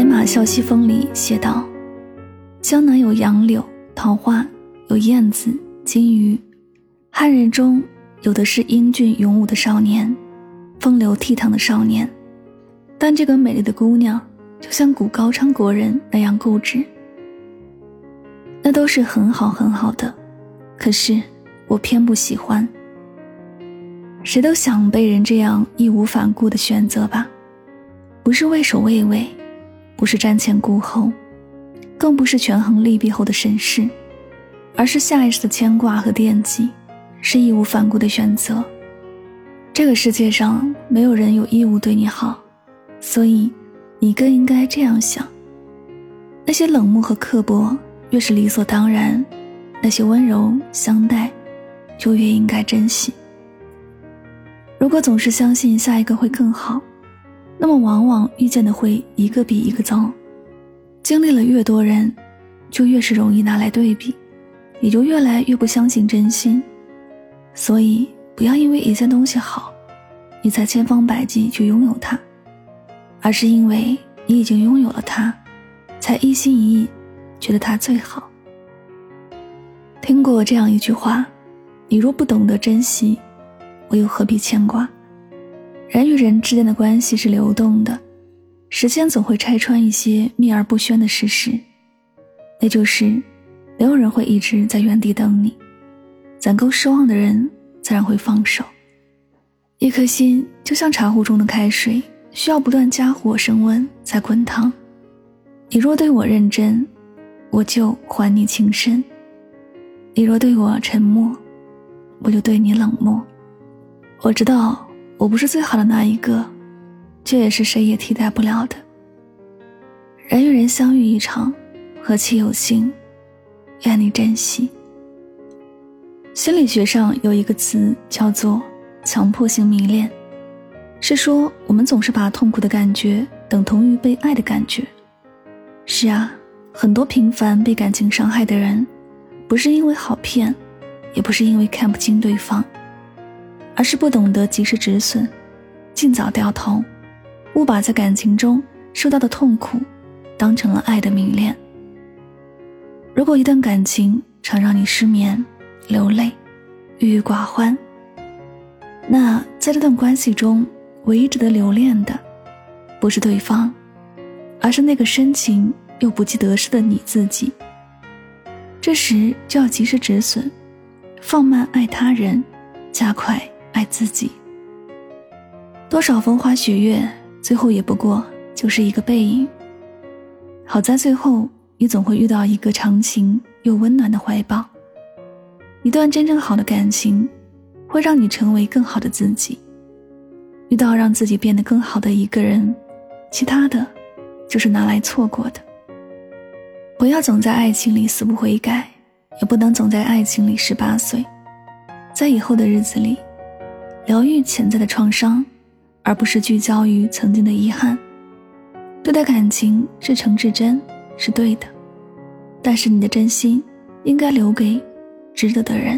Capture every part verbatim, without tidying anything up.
马啸西风里写道，江南有杨柳、桃花，有燕子、金鱼，汉人中有的是英俊勇武的少年，风流倜傥的少年，但这个美丽的姑娘就像古高昌国人那样固执。那都是很好很好的，可是我偏不喜欢。谁都想被人这样义无反顾的选择吧，不是畏首畏尾，不是瞻前顾后，更不是权衡利弊后的审视，而是下意识的牵挂和惦记，是义无反顾的选择。这个世界上没有人有义务对你好，所以你更应该这样想。那些冷漠和刻薄越是理所当然，那些温柔相待就越应该珍惜。如果总是相信下一个会更好，那么往往遇见的会一个比一个糟。经历了越多人，就越是容易拿来对比，也就越来越不相信真心。所以不要因为一件东西好，你才千方百计去拥有它，而是因为你已经拥有了它，才一心一意觉得它最好。听过这样一句话，你若不懂得珍惜，我又何必牵挂。人与人之间的关系是流动的，时间总会拆穿一些秘而不宣的事实，那就是没有人会一直在原地等你，攒够失望的人自然会放手。一颗心就像茶壶中的开水，需要不断加火升温才滚烫。你若对我认真，我就还你情深；你若对我沉默，我就对你冷漠。我知道我不是最好的那一个，这也是谁也替代不了的。人与人相遇一场，何其有幸，愿你珍惜。心理学上有一个词叫做强迫性迷恋，是说我们总是把痛苦的感觉等同于被爱的感觉。是啊，很多频繁被感情伤害的人，不是因为好骗，也不是因为看不清对方，而是不懂得及时止损，尽早掉头，误把在感情中受到的痛苦当成了爱的迷恋。如果一段感情常让你失眠、流泪、郁郁寡欢，那在这段关系中唯一值得留恋的不是对方，而是那个深情又不计得失的你自己。这时就要及时止损，放慢爱他人，加快爱自己。多少风花雪月，最后也不过就是一个背影。好在最后你总会遇到一个长情又温暖的怀抱。一段真正好的感情会让你成为更好的自己，遇到让自己变得更好的一个人，其他的就是拿来错过的。不要总在爱情里死不悔改，也不能总在爱情里十八岁。在以后的日子里，疗愈潜在的创伤，而不是聚焦于曾经的遗憾。对待感情是诚至真，是对的，但是你的真心应该留给值得的人。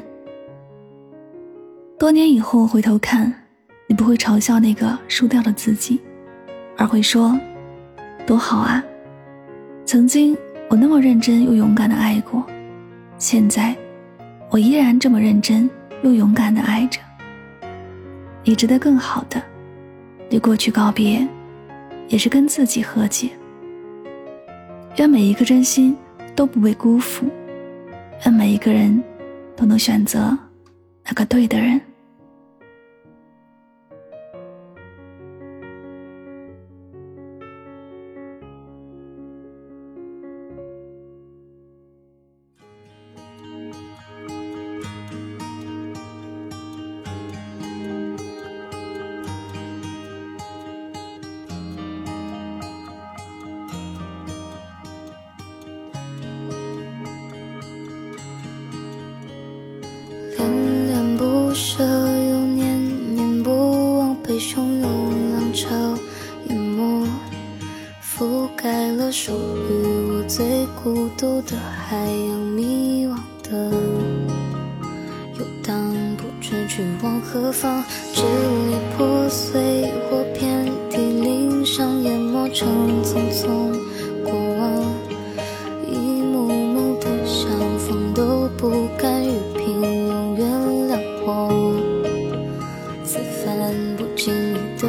多年以后回头看，你不会嘲笑那个输掉的自己，而会说，多好啊，曾经我那么认真又勇敢地爱过，现在我依然这么认真又勇敢地爱着。你值得更好的，对过去告别，也是跟自己和解。愿每一个真心都不被辜负，愿每一个人都能选择那个对的人。 恋恋不舍，又念念不忘，被汹涌浪潮淹没，覆盖了属于我最孤独的海洋，迷惘的游荡，不知去往何方，支离破碎或遍体鳞伤，淹没成匆匆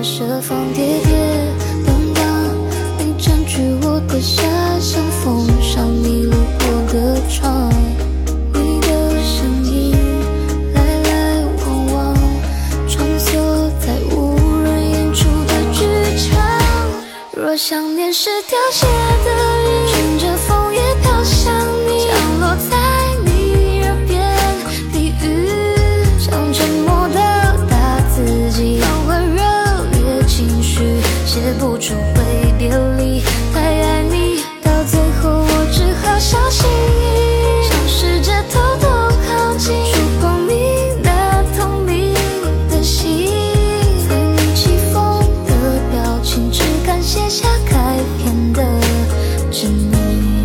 设防，跌跌荡荡，你占据我的遐想，风上你路过的窗，你的身影来来往往，穿梭在无人演出的剧场。若想念是凋谢的云，乘着风也飘向你，降落在你耳边低语，像沉默的打字机，放完热烈情绪，写不出会别离，太爱你，到最后我只好小心翼翼，尝试着偷偷靠近，触碰你那透明的心，随你起风的表情，只敢写下开篇的执迷。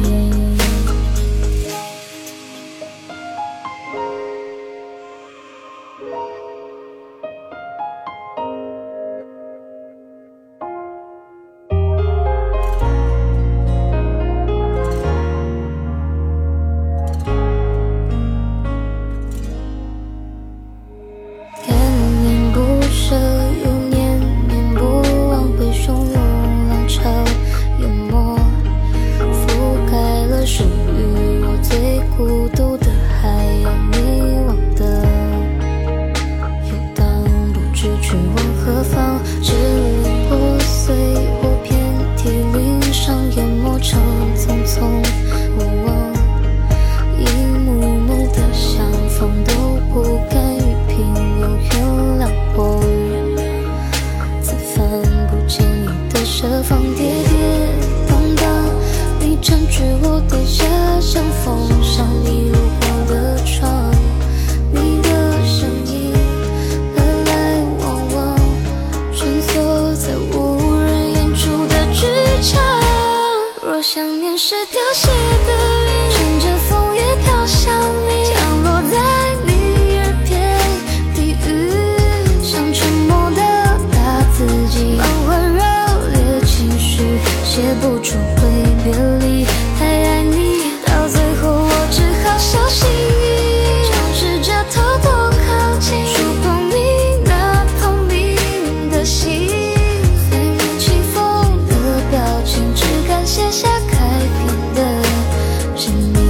恋恋不舍，又念念不忘，被汹涌浪潮淹没，覆盖了属于我最孤独的海洋，迷惘的游荡，不知去往何方，支离破碎或遍体鳞伤，淹没成匆匆过往，一幕幕的相逢都不甘于平庸原谅我，自犯不经意的设防，跌跌荡荡，你占据我的遐想，风上你路过的窗，你的身影来来往往，穿梭在无人演出的剧场。若想念是凋谢的云，乘着风也飘向你，降落在你耳边低语，像沉默的打字机，满怀热烈情绪，写不出会别离，太爱你，到最后我只好小心翼翼，尝试着偷偷靠近，触碰你那透明的心，随你起风的表情，只敢写下开篇的执迷。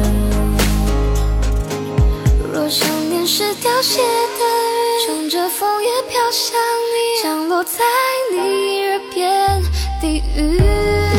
若想念是凋谢的云，乘着风也飘向你，降落在你耳边低语。